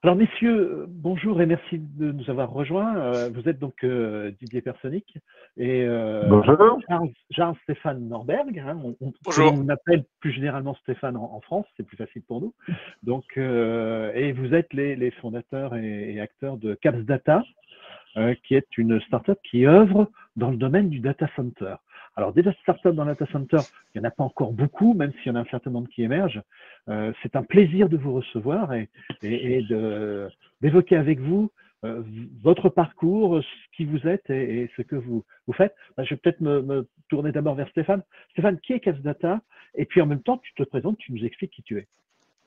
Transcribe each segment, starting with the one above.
Alors, messieurs, bonjour et merci de nous avoir rejoints. Vous êtes donc Didier Personic et Bonjour. Charles Stéphane Norberg, hein, que Bonjour. l'on appelle plus généralement Stéphane en France, c'est plus facile pour nous. Donc, et vous êtes les fondateurs et acteurs de Caps Data, qui est une startup qui œuvre dans le domaine du data center. Alors, des startups dans le data center, il n'y en a pas encore beaucoup, même s'il y en a un certain nombre qui émergent. C'est un plaisir de vous recevoir et d'évoquer avec vous votre parcours, qui vous êtes et ce que vous faites. Je vais peut-être me tourner d'abord vers Stéphane. Stéphane, qui est Caps Data? Et puis en même temps, tu te présentes, tu nous expliques qui tu es.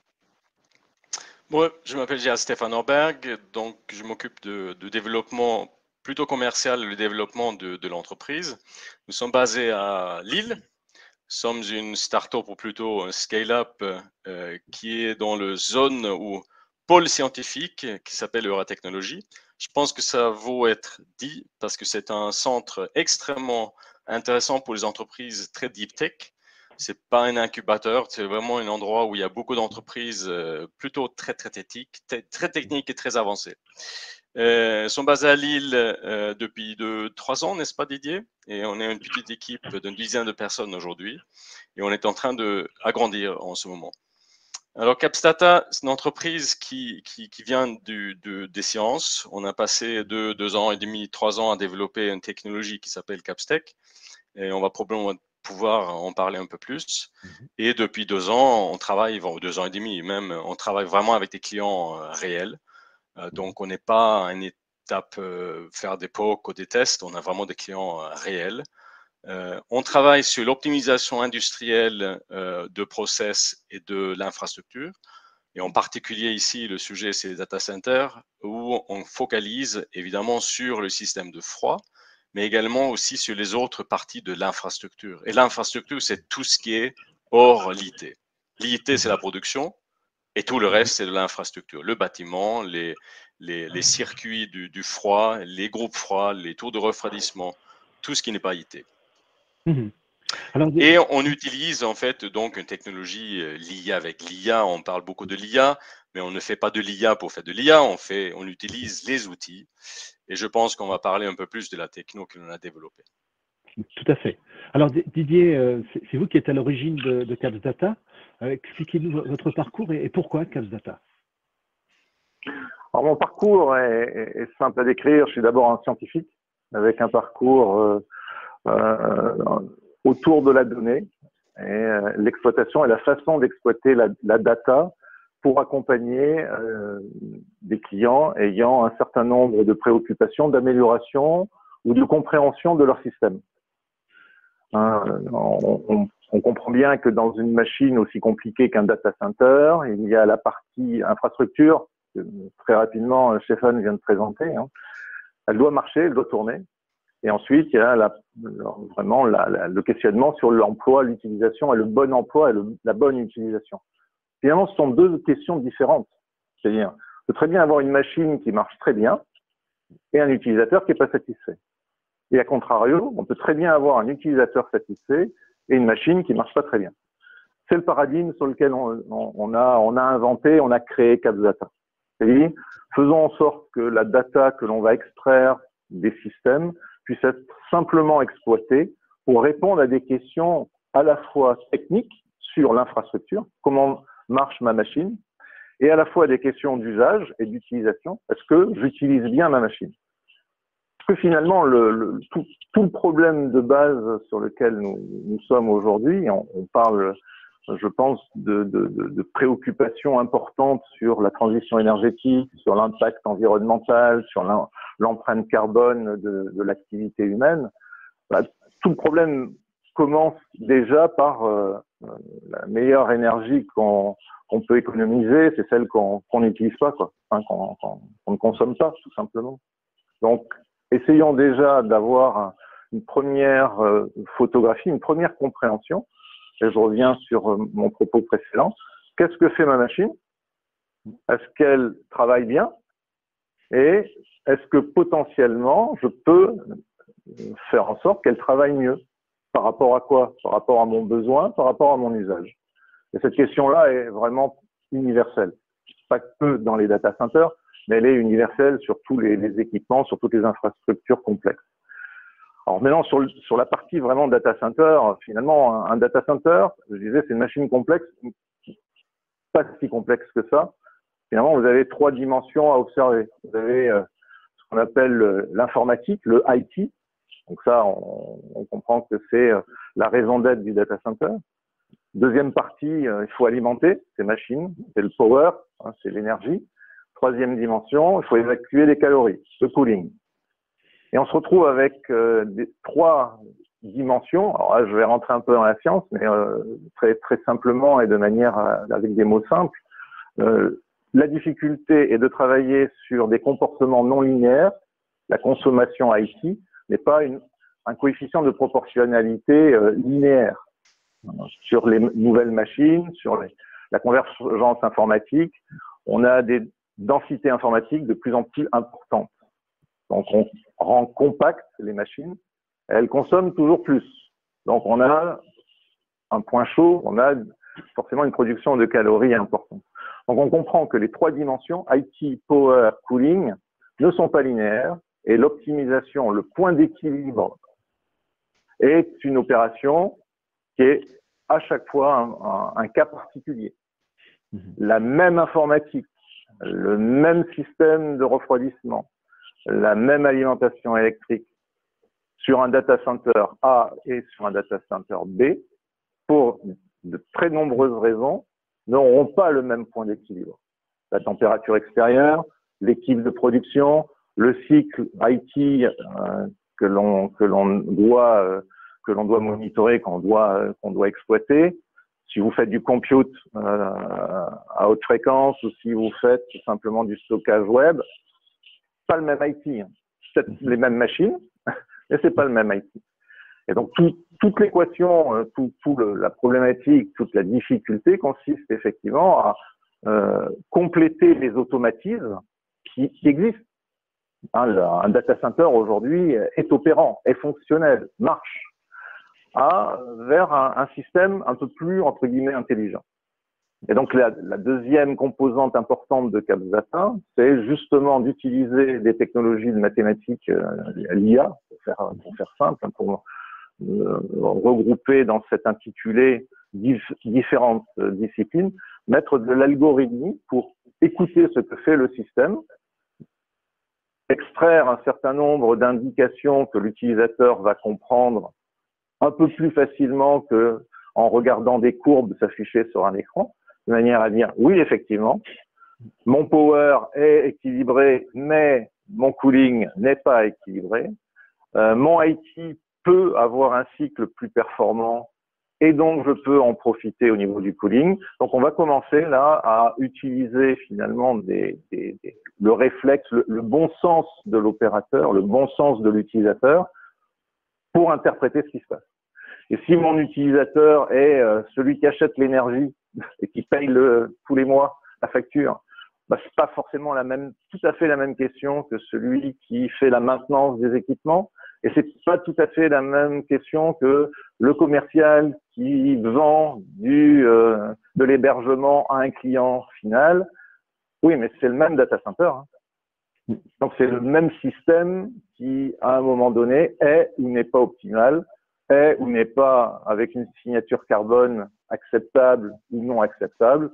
Moi, je m'appelle Stéphane Norberg, donc je m'occupe de développement plutôt commercial, le développement de l'entreprise. Nous sommes basés à Lille. Nous sommes une start-up ou plutôt un scale-up qui est dans le zone ou pôle scientifique qui s'appelle Euratechnologie. Je pense que ça vaut être dit parce que c'est un centre extrêmement intéressant pour les entreprises très deep tech. C'est pas un incubateur, c'est vraiment un endroit où il y a beaucoup d'entreprises plutôt très techniques et très avancées. Ils sont basés à Lille depuis 3 ans, n'est-ce pas Didier? Et on est une petite équipe d'une dizaine de personnes aujourd'hui et on est en train d'agrandir en ce moment. Alors Capstata, c'est une entreprise qui vient des sciences. On a passé 2 ans et demi, 3 ans à développer une technologie qui s'appelle Capstech et on va probablement pouvoir en parler un peu plus. Et depuis 2 ans, on travaille, 2 ans et demi même, on travaille vraiment avec des clients réels. Donc, on n'est pas à une étape faire des POC ou des tests, on a vraiment des clients réels. On travaille sur l'optimisation industrielle de process et de l'infrastructure. Et en particulier ici, le sujet, c'est les data centers, où on focalise évidemment sur le système de froid, mais également aussi sur les autres parties de l'infrastructure. Et l'infrastructure, c'est tout ce qui est hors l'IT. L'IT, c'est la production, et tout le reste, c'est de l'infrastructure. Le bâtiment, les circuits du froid, les groupes froids, les tours de refroidissement, tout ce qui n'est pas IT. Alors, et on utilise en fait donc une technologie liée avec l'IA. On parle beaucoup de l'IA, mais on ne fait pas de l'IA pour faire de l'IA. On utilise les outils. Et je pense qu'on va parler un peu plus de la techno que l'on a développée. Tout à fait. Alors Didier, c'est vous qui êtes à l'origine de Caps Data. Expliquez-nous votre parcours et pourquoi Caps Data. Alors mon parcours est simple à décrire. Je suis d'abord un scientifique avec un parcours autour de la donnée et l'exploitation et la façon d'exploiter la data pour accompagner des clients ayant un certain nombre de préoccupations, d'amélioration ou de compréhension de leur système. On comprend bien que dans une machine aussi compliquée qu'un data center, il y a la partie infrastructure, que très rapidement Stéphane vient de présenter. Elle doit marcher, elle doit tourner. Et ensuite, il y a vraiment le questionnement sur l'emploi, l'utilisation et le bon emploi et la bonne utilisation. Finalement, ce sont deux questions différentes. C'est-à-dire, on peut très bien avoir une machine qui marche très bien et un utilisateur qui n'est pas satisfait. Et à contrario, on peut très bien avoir un utilisateur satisfait et une machine qui marche pas très bien. C'est le paradigme sur lequel on a inventé, on a créé Caps Data. C'est-à-dire, faisons en sorte que la data que l'on va extraire des systèmes puisse être simplement exploitée pour répondre à des questions à la fois techniques sur l'infrastructure, comment marche ma machine, et à la fois des questions d'usage et d'utilisation. Est-ce que j'utilise bien ma machine? Parce que finalement, tout le problème de base sur lequel nous sommes aujourd'hui, on parle, je pense, de préoccupations importantes sur la transition énergétique, sur l'impact environnemental, sur l'empreinte carbone de l'activité humaine. Tout le problème commence déjà par la meilleure énergie qu'on peut économiser, c'est celle qu'on n'utilise pas, quoi, qu'on ne consomme pas, tout simplement. Donc, essayons déjà d'avoir une première photographie, une première compréhension. Et je reviens sur mon propos précédent. Qu'est-ce que fait ma machine? Est-ce qu'elle travaille bien? Et est-ce que potentiellement, je peux faire en sorte qu'elle travaille mieux? Par rapport à quoi? Par rapport à mon besoin, par rapport à mon usage. Et cette question-là est vraiment universelle. pas que dans les data centers, mais elle est universelle sur tous les équipements, sur toutes les infrastructures complexes. Alors maintenant, sur la partie vraiment data center, finalement, un data center, je disais, c'est une machine complexe, pas si complexe que ça. Finalement, vous avez 3 dimensions à observer. Vous avez ce qu'on appelle l'informatique, le IT. Donc ça, on comprend que c'est la raison d'être du data center. Deuxième partie, il faut alimenter ces machines, c'est le power, hein, c'est l'énergie. Troisième dimension, il faut évacuer les calories, le cooling. Et on se retrouve avec 3 dimensions. Alors là, je vais rentrer un peu dans la science, mais très simplement et de manière avec des mots simples. La difficulté est de travailler sur des comportements non linéaires. La consommation IT n'est pas un coefficient de proportionnalité linéaire. Sur les nouvelles machines, sur la convergence informatique, on a des densités informatiques de plus en plus importantes. Donc, on rend compact les machines, elles consomment toujours plus. Donc, on a un point chaud, on a forcément une production de calories importante. Donc, on comprend que les 3 dimensions, IT, Power, Cooling, ne sont pas linéaires et l'optimisation, le point d'équilibre, est une opération qui est à chaque fois un cas particulier. La même informatique, le même système de refroidissement, la même alimentation électrique sur un data center A et sur un data center B, pour de très nombreuses raisons, n'auront pas le même point d'équilibre. La température extérieure, l'équipe de production, le cycle IT que l'on doit monitorer, qu'on doit exploiter. Si vous faites du compute à haute fréquence ou si vous faites tout simplement du stockage web, pas le même IT. C'est les mêmes machines, mais c'est pas le même IT. Et donc toute l'équation, la problématique, toute la difficulté consiste effectivement à compléter les automatismes qui existent. Un data center aujourd'hui est opérant, est fonctionnel, marche, vers un système un peu plus entre guillemets intelligent. Et donc la deuxième composante importante de CapsData, c'est justement d'utiliser des technologies de mathématiques, l'IA, pour faire simple, pour regrouper dans cet intitulé différentes disciplines, mettre de l'algorithmie pour écouter ce que fait le système, extraire un certain nombre d'indications que l'utilisateur va comprendre un peu plus facilement que en regardant des courbes s'afficher sur un écran, de manière à dire oui, effectivement, mon power est équilibré, mais mon cooling n'est pas équilibré. Mon IT peut avoir un cycle plus performant et donc je peux en profiter au niveau du cooling. Donc on va commencer là à utiliser finalement le réflexe, le bon sens de l'opérateur, le bon sens de l'utilisateur pour interpréter ce qui se passe. Et si mon utilisateur est celui qui achète l'énergie et qui paye tous les mois la facture, c'est pas forcément tout à fait la même question que celui qui fait la maintenance des équipements. Et c'est pas tout à fait la même question que le commercial qui vend de l'hébergement à un client final. Oui, mais c'est le même data center. Donc c'est le même système qui, à un moment donné, est ou n'est pas optimal, est ou n'est pas avec une signature carbone acceptable ou non acceptable.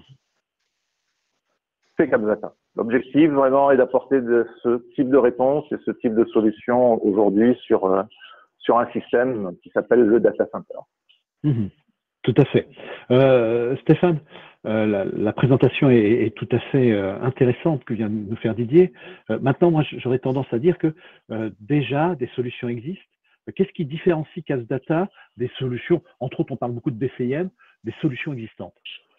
C'est CapsData. L'objectif vraiment est d'apporter ce type de réponse et ce type de solution aujourd'hui sur un système qui s'appelle le data center. Tout à fait. Stéphane, la présentation est tout à fait intéressante que vient de nous faire Didier. Maintenant, moi, j'aurais tendance à dire que déjà, des solutions existent. Qu'est-ce qui différencie CapsData des solutions, entre autres, on parle beaucoup de BCIM, des solutions existantes?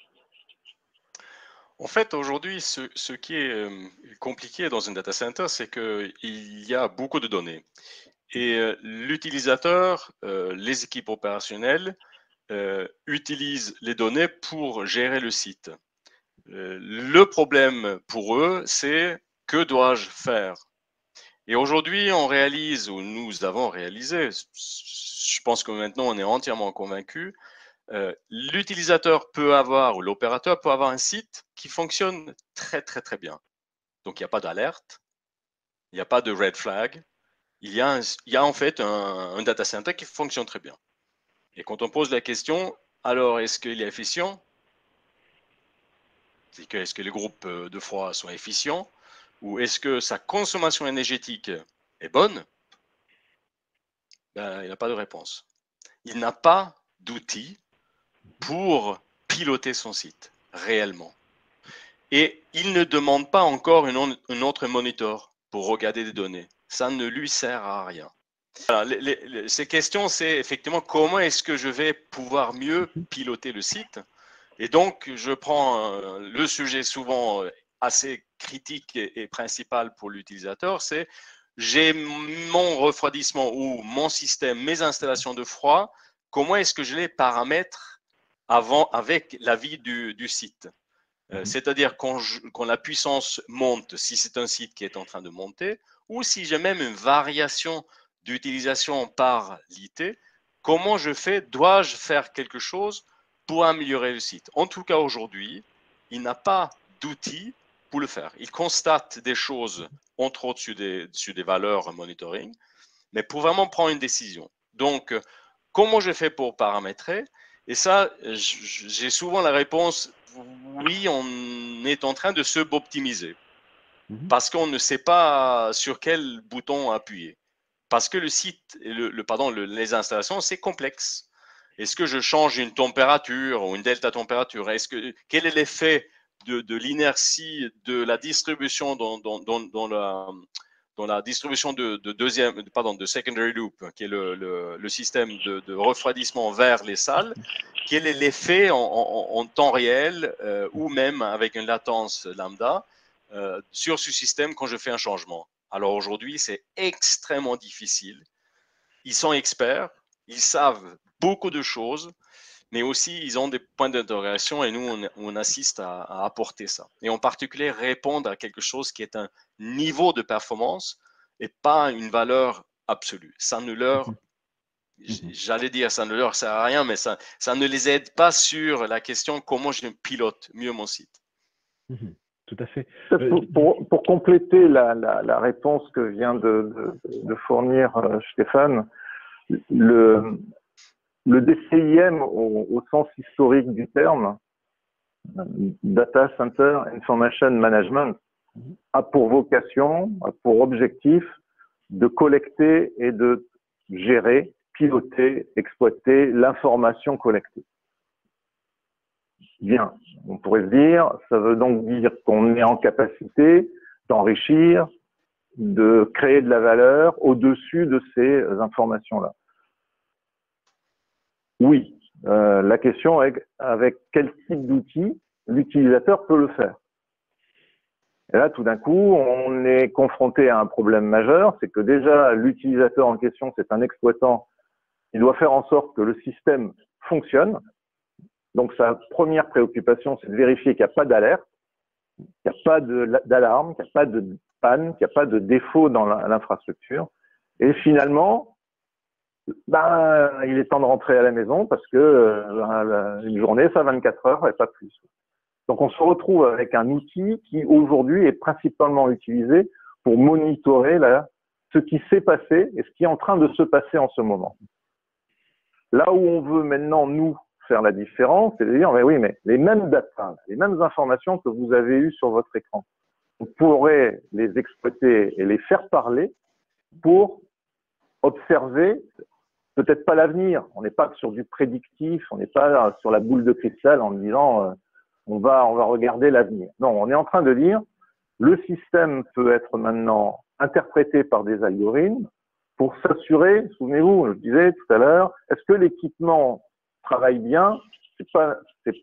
En fait, aujourd'hui, ce qui est compliqué dans un data center, c'est qu'il y a beaucoup de données. Et l'utilisateur, les équipes opérationnelles, utilisent les données pour gérer le site. Le problème pour eux, c'est que dois-je faire? Et aujourd'hui, on réalise, ou nous avons réalisé, je pense que maintenant on est entièrement convaincu, l'utilisateur peut avoir, ou l'opérateur peut avoir un site qui fonctionne très, très, très bien. Donc, il n'y a pas d'alerte, il n'y a pas de red flag. Il y a en fait un data center qui fonctionne très bien. Et quand on pose la question, alors est-ce qu'il est efficient? Est-ce que les groupes de froid sont efficients? Ou est-ce que sa consommation énergétique est bonne? Ben, il n'a pas de réponse. Il n'a pas d'outils pour piloter son site réellement. Et il ne demande pas encore un autre moniteur pour regarder des données. Ça ne lui sert à rien. Alors, ces questions, c'est effectivement comment est-ce que je vais pouvoir mieux piloter le site. Et donc, je prends le sujet souvent assez critique et principal pour l'utilisateur, c'est j'ai mon refroidissement ou mon système, mes installations de froid, comment est-ce que je les paramètre avant avec la vie du site? C'est-à-dire quand la puissance monte, si c'est un site qui est en train de monter, ou si j'ai même une variation d'utilisation par l'IT, comment je fais? Dois-je faire quelque chose pour améliorer le site? En tout cas, aujourd'hui, il n'a pas d'outils pour le faire. Il constate des choses, entre autres sur des valeurs monitoring, mais pour vraiment prendre une décision. Donc, comment je fais pour paramétrer? Et ça, j'ai souvent la réponse, oui, on est en train de se optimiser parce qu'on ne sait pas sur quel bouton appuyer. Parce que le site, les installations, c'est complexe. Est-ce que je change une température ou une delta température? Quel est l'effet de l'inertie de la distribution dans la distribution de secondary loop, qui est le système de refroidissement vers les salles? Quel est l'effet en temps réel ou même avec une latence lambda sur ce système quand je fais un changement? Alors aujourd'hui, c'est extrêmement difficile. Ils sont experts, ils savent beaucoup de choses, mais aussi ils ont des points d'interrogation et nous, on assiste à apporter ça. Et en particulier, répondre à quelque chose qui est un niveau de performance et pas une valeur absolue. Ça ne leur, j'allais dire, ça ne leur sert à rien, mais ça ne les aide pas sur la question comment je pilote mieux mon site. Tout à fait. Pour compléter la réponse que vient de fournir Stéphane, le DCIM au sens historique du terme, Data Center Information Management, a pour vocation, a pour objectif de collecter et de gérer, piloter, exploiter l'information collectée. Bien, on pourrait se dire, ça veut donc dire qu'on est en capacité d'enrichir, de créer de la valeur au-dessus de ces informations-là. Oui, la question est avec quel type d'outil l'utilisateur peut le faire. Et là, tout d'un coup, on est confronté à un problème majeur, c'est que déjà, l'utilisateur en question, c'est un exploitant, il doit faire en sorte que le système fonctionne. Donc, sa première préoccupation, c'est de vérifier qu'il n'y a pas d'alerte, qu'il n'y a pas d'alarme, qu'il n'y a pas de panne, qu'il n'y a pas de défaut dans l'infrastructure. Et finalement, il est temps de rentrer à la maison parce que une journée, ça 24 heures et pas plus. Donc, on se retrouve avec un outil qui, aujourd'hui, est principalement utilisé pour monitorer ce qui s'est passé et ce qui est en train de se passer en ce moment. Là où on veut maintenant, nous, faire la différence, c'est de dire, mais oui, mais les mêmes data, les mêmes informations que vous avez eues sur votre écran, on pourrait les exploiter et les faire parler pour observer peut-être pas l'avenir. On n'est pas sur du prédictif, on n'est pas sur la boule de cristal en disant on va regarder l'avenir. Non, on est en train de dire le système peut être maintenant interprété par des algorithmes pour s'assurer, souvenez-vous, je disais tout à l'heure, est-ce que l'équipement travaille bien? C'est pas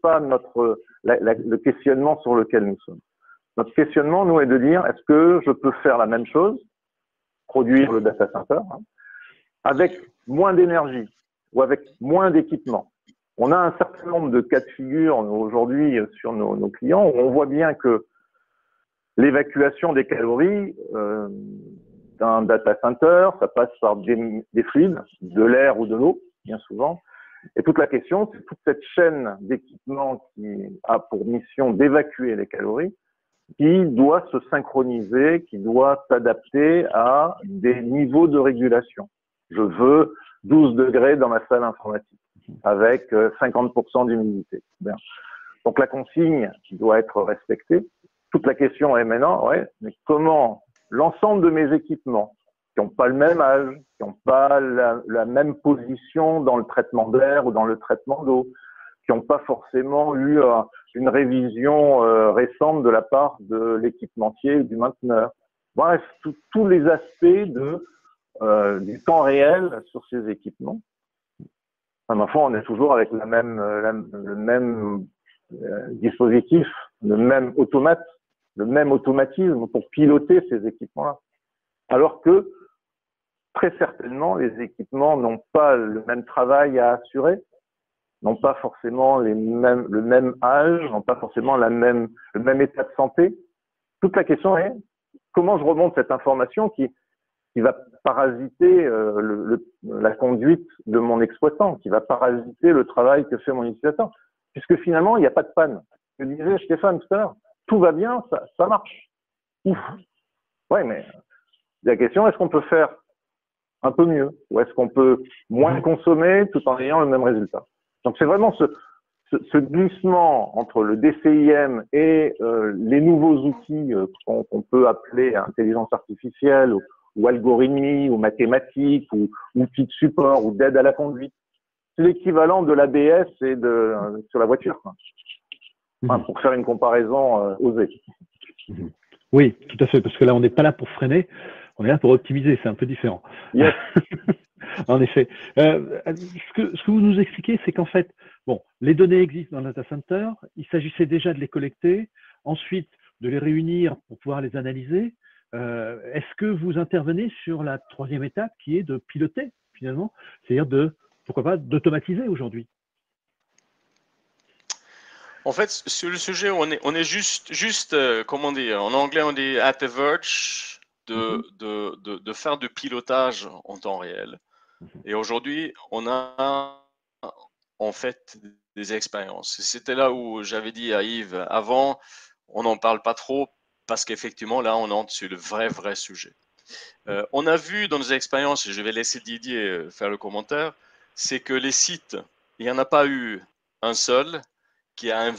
le questionnement sur lequel nous sommes. Notre questionnement, nous, est de dire, est-ce que je peux faire la même chose, produire le data center, avec moins d'énergie ou avec moins d'équipement? On a un certain nombre de cas de figure aujourd'hui sur nos clients où on voit bien que l'évacuation des calories d'un data center, ça passe par des fluides, de l'air ou de l'eau, bien souvent. Et toute la question, c'est toute cette chaîne d'équipements qui a pour mission d'évacuer les calories, qui doit se synchroniser, qui doit s'adapter à des niveaux de régulation. Je veux 12 degrés dans ma salle informatique, avec 50% d'humidité. Bien. Donc la consigne doit être respectée. Toute la question est maintenant, mais comment l'ensemble de mes équipements, qui n'ont pas le même âge, qui n'ont pas la même position dans le traitement d'air ou dans le traitement d'eau, qui n'ont pas forcément eu une révision récente de la part de l'équipementier ou du mainteneur. Bref, tous les aspects du temps réel sur ces équipements. Enfin, ma foi, on est toujours avec le même dispositif, le même automate, le même automatisme pour piloter ces équipements-là. Alors que, très certainement, les équipements n'ont pas le même travail à assurer, n'ont pas forcément le même âge, n'ont pas forcément le même état de santé. Toute la question est comment je remonte cette information qui va parasiter la conduite de mon exploitant, qui va parasiter le travail que fait mon utilisateur, puisque finalement, il n'y a pas de panne. Je disais Stéphane tout à l'heure, tout va bien, ça marche. Ouf. Ouais, mais la question, est-ce qu'on peut faire un peu mieux, ou est-ce qu'on peut moins consommer tout en ayant le même résultat? Donc c'est vraiment ce glissement entre le DCIM et les nouveaux outils qu'on peut appeler intelligence artificielle ou algorithmie ou mathématiques ou outils de support ou d'aide à la conduite. C'est l'équivalent de l'ABS et sur la voiture, quoi. Enfin, pour faire une comparaison osée. Oui, tout à fait, parce que là, on n'est pas là pour freiner, on est là pour optimiser, c'est un peu différent. Yes. En effet. Ce que vous nous expliquez, c'est qu'en fait, bon, les données existent dans le data center, il s'agissait déjà de les collecter, ensuite de les réunir pour pouvoir les analyser. Est-ce que vous intervenez sur la troisième étape qui est de piloter, finalement, c'est-à-dire pourquoi pas, d'automatiser aujourd'hui? En fait, sur le sujet, on est juste comment dire, en anglais, on dit at the verge de faire du pilotage en temps réel. Et aujourd'hui, on a en fait des expériences. C'était là où j'avais dit à Yves, avant, on n'en parle pas trop parce qu'effectivement, là, on entre sur le vrai sujet. On a vu dans nos expériences, et je vais laisser Didier faire le commentaire, c'est que les sites, il n'y en a pas eu un seul qui a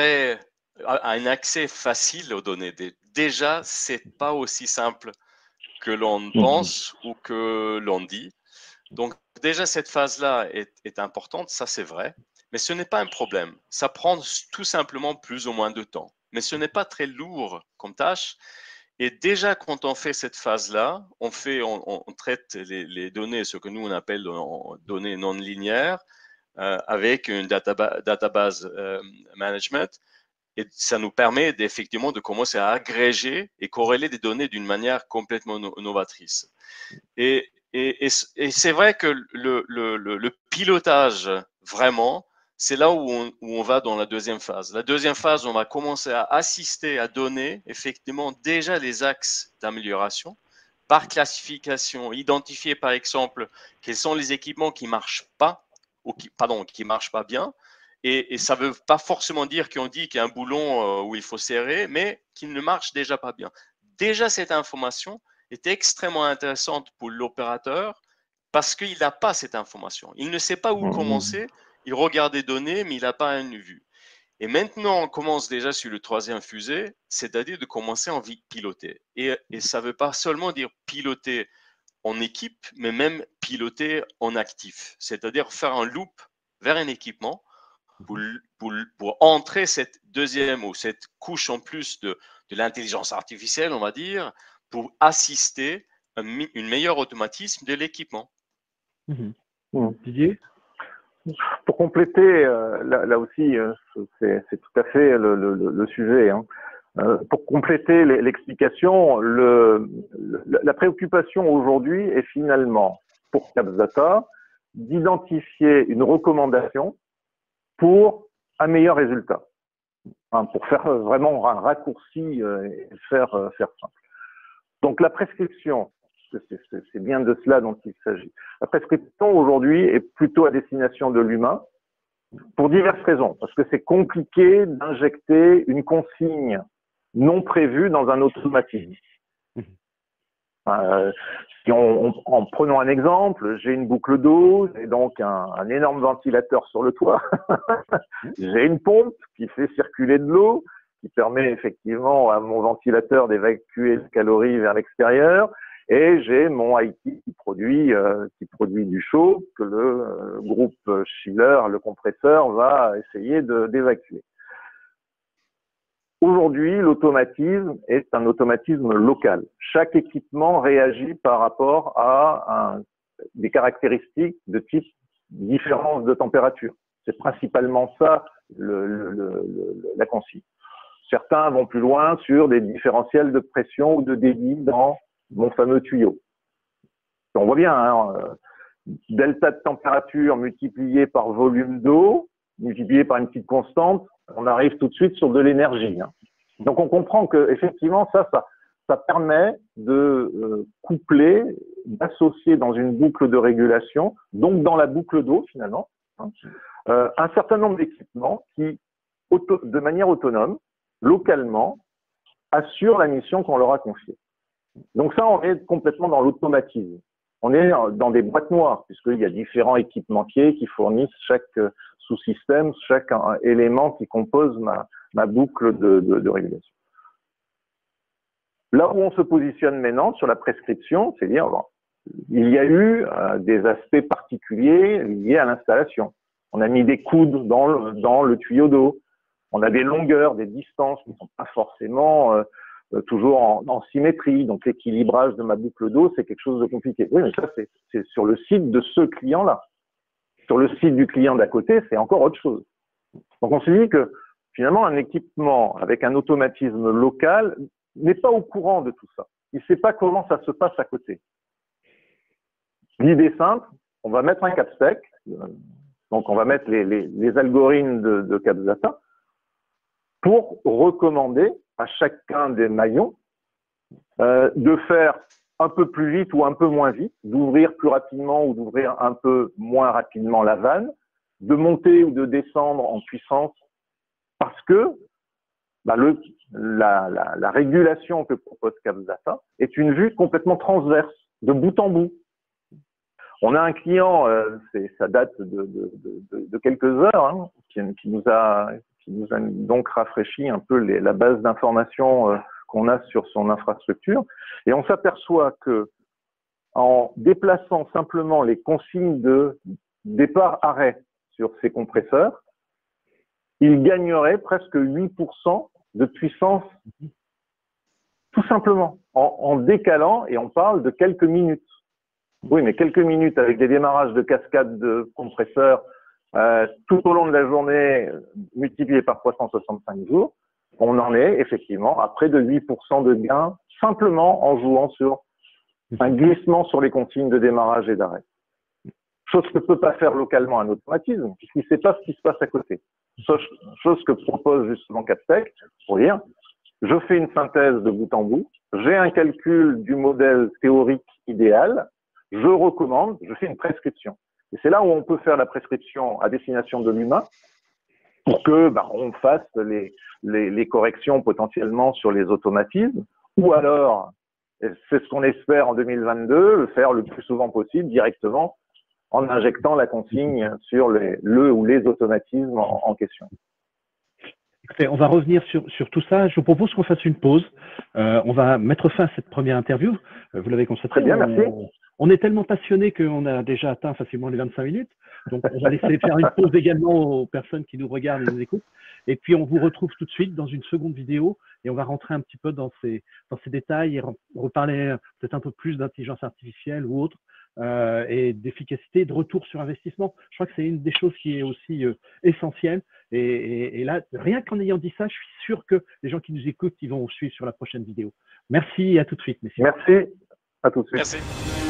un accès facile aux données. Déjà, c'est pas aussi simple que l'on pense ou que l'on dit. Donc, déjà, cette phase-là est importante, ça c'est vrai, mais ce n'est pas un problème. Ça prend tout simplement plus ou moins de temps. Mais ce n'est pas très lourd comme tâche. Et déjà, quand on fait cette phase-là, on traite les données, ce que nous on appelle données non linéaires, avec une database management. Et ça nous permet effectivement de commencer à agréger et corréler des données d'une manière complètement novatrice. Et c'est vrai que le pilotage, vraiment, c'est là où on va dans la deuxième phase. La deuxième phase, on va commencer à assister, à donner effectivement déjà les axes d'amélioration par classification, identifier par exemple quels sont les équipements qui marchent pas ou qui marchent pas bien. Et ça ne veut pas forcément dire qu'on dit qu'il y a un boulon où il faut serrer, mais qu'il ne marche déjà pas bien. Déjà, cette information est extrêmement intéressante pour l'opérateur parce qu'il n'a pas cette information. Il ne sait pas où commencer. Il regarde des données, mais il n'a pas une vue. Et maintenant, on commence déjà sur le troisième fusée, c'est-à-dire de commencer à piloter. Et ça ne veut pas seulement dire piloter en équipe, mais même piloter en actif. C'est-à-dire faire un loop vers un équipement pour entrer cette deuxième ou cette couche en plus de l'intelligence artificielle, on va dire, pour assister une meilleure automatisme de l'équipement. Didier ? Pour compléter, là aussi, c'est tout à fait le sujet. Hein. Pour compléter l'explication, la préoccupation aujourd'hui est finalement, pour CapsData, d'identifier une recommandation pour un meilleur résultat. Hein, pour faire vraiment un raccourci et faire simple. Donc la prescription, c'est bien de cela dont il s'agit. La prescription aujourd'hui est plutôt à destination de l'humain, pour diverses raisons. Parce que c'est compliqué d'injecter une consigne non prévue dans un automatisme. Si en prenant un exemple, j'ai une boucle d'eau, j'ai donc un énorme ventilateur sur le toit, j'ai une pompe qui fait circuler de l'eau, qui permet effectivement à mon ventilateur d'évacuer les calories vers l'extérieur, et j'ai mon IT qui produit du chaud que le groupe chiller, le compresseur, va essayer d'évacuer. Aujourd'hui, l'automatisme est un automatisme local. Chaque équipement réagit par rapport à des caractéristiques de type différence de température. C'est principalement ça la consigne. Certains vont plus loin sur des différentiels de pression ou de débit dans mon fameux tuyau. On voit bien, hein, delta de température multiplié par volume d'eau, multiplié par une petite constante, on arrive tout de suite sur de l'énergie. Hein. Donc on comprend que effectivement ça permet de coupler, d'associer dans une boucle de régulation, donc dans la boucle d'eau finalement, hein, un certain nombre d'équipements qui, de manière autonome, localement, assurent la mission qu'on leur a confiée. Donc ça, on est complètement dans l'automatisme. On est dans des boîtes noires, puisqu'il y a différents équipementiers qui fournissent chaque sous-système, chaque élément qui compose ma boucle de régulation. Là où on se positionne maintenant sur la prescription, c'est dire, bon, il y a eu des aspects particuliers liés à l'installation. On a mis des coudes dans le tuyau d'eau. On a des longueurs, des distances qui ne sont pas forcément toujours en symétrie. Donc l'équilibrage de ma boucle d'eau, c'est quelque chose de compliqué. Oui, mais ça, c'est sur le site de ce client-là. Sur le site du client d'à côté, c'est encore autre chose. Donc on s'est dit que finalement, un équipement avec un automatisme local n'est pas au courant de tout ça. Il ne sait pas comment ça se passe à côté. L'idée simple, on va mettre un capspec, donc on va mettre les algorithmes de CapsData pour recommander à chacun des maillons de faire un peu plus vite ou un peu moins vite, d'ouvrir plus rapidement ou d'ouvrir un peu moins rapidement la vanne, de monter ou de descendre en puissance parce que la régulation que propose CapsData est une vue complètement transverse, de bout en bout. On a un client, ça date de quelques heures, hein, qui nous a donc rafraîchi un peu la base d'informations qu'on a sur son infrastructure. Et on s'aperçoit que en déplaçant simplement les consignes de départ-arrêt sur ces compresseurs, il gagnerait presque 8% de puissance, tout simplement, en décalant, et on parle de quelques minutes. Oui, mais quelques minutes avec des démarrages de cascade de compresseurs tout au long de la journée, multiplié par 365 jours, on en est effectivement à près de 8% de gain, simplement en jouant sur un glissement sur les consignes de démarrage et d'arrêt. Chose que ne peut pas faire localement un automatisme, puisqu'il ne sait pas ce qui se passe à côté. Chose que propose justement CapSec, pour dire, je fais une synthèse de bout en bout, j'ai un calcul du modèle théorique idéal, je recommande, je fais une prescription. Et c'est là où on peut faire la prescription à destination de l'humain pour que on fasse les corrections potentiellement sur les automatismes, ou alors, c'est ce qu'on espère en 2022, le faire le plus souvent possible directement en injectant la consigne sur le ou les automatismes en question. Écoutez, on va revenir sur tout ça. Je vous propose qu'on fasse une pause. On va mettre fin à cette première interview. Vous l'avez constaté. Très bien, merci. On est tellement passionné qu'on a déjà atteint facilement les 25 minutes. Donc, on va laisser faire une pause également aux personnes qui nous regardent et nous écoutent. Et puis, on vous retrouve tout de suite dans une seconde vidéo et on va rentrer un petit peu dans ces détails et reparler peut-être un peu plus d'intelligence artificielle ou autre et d'efficacité, de retour sur investissement. Je crois que c'est une des choses qui est aussi essentielle. Et là, rien qu'en ayant dit ça, je suis sûr que les gens qui nous écoutent, ils vont suivre sur la prochaine vidéo. Merci et à tout de suite, messieurs. Merci, à tout de suite. Merci.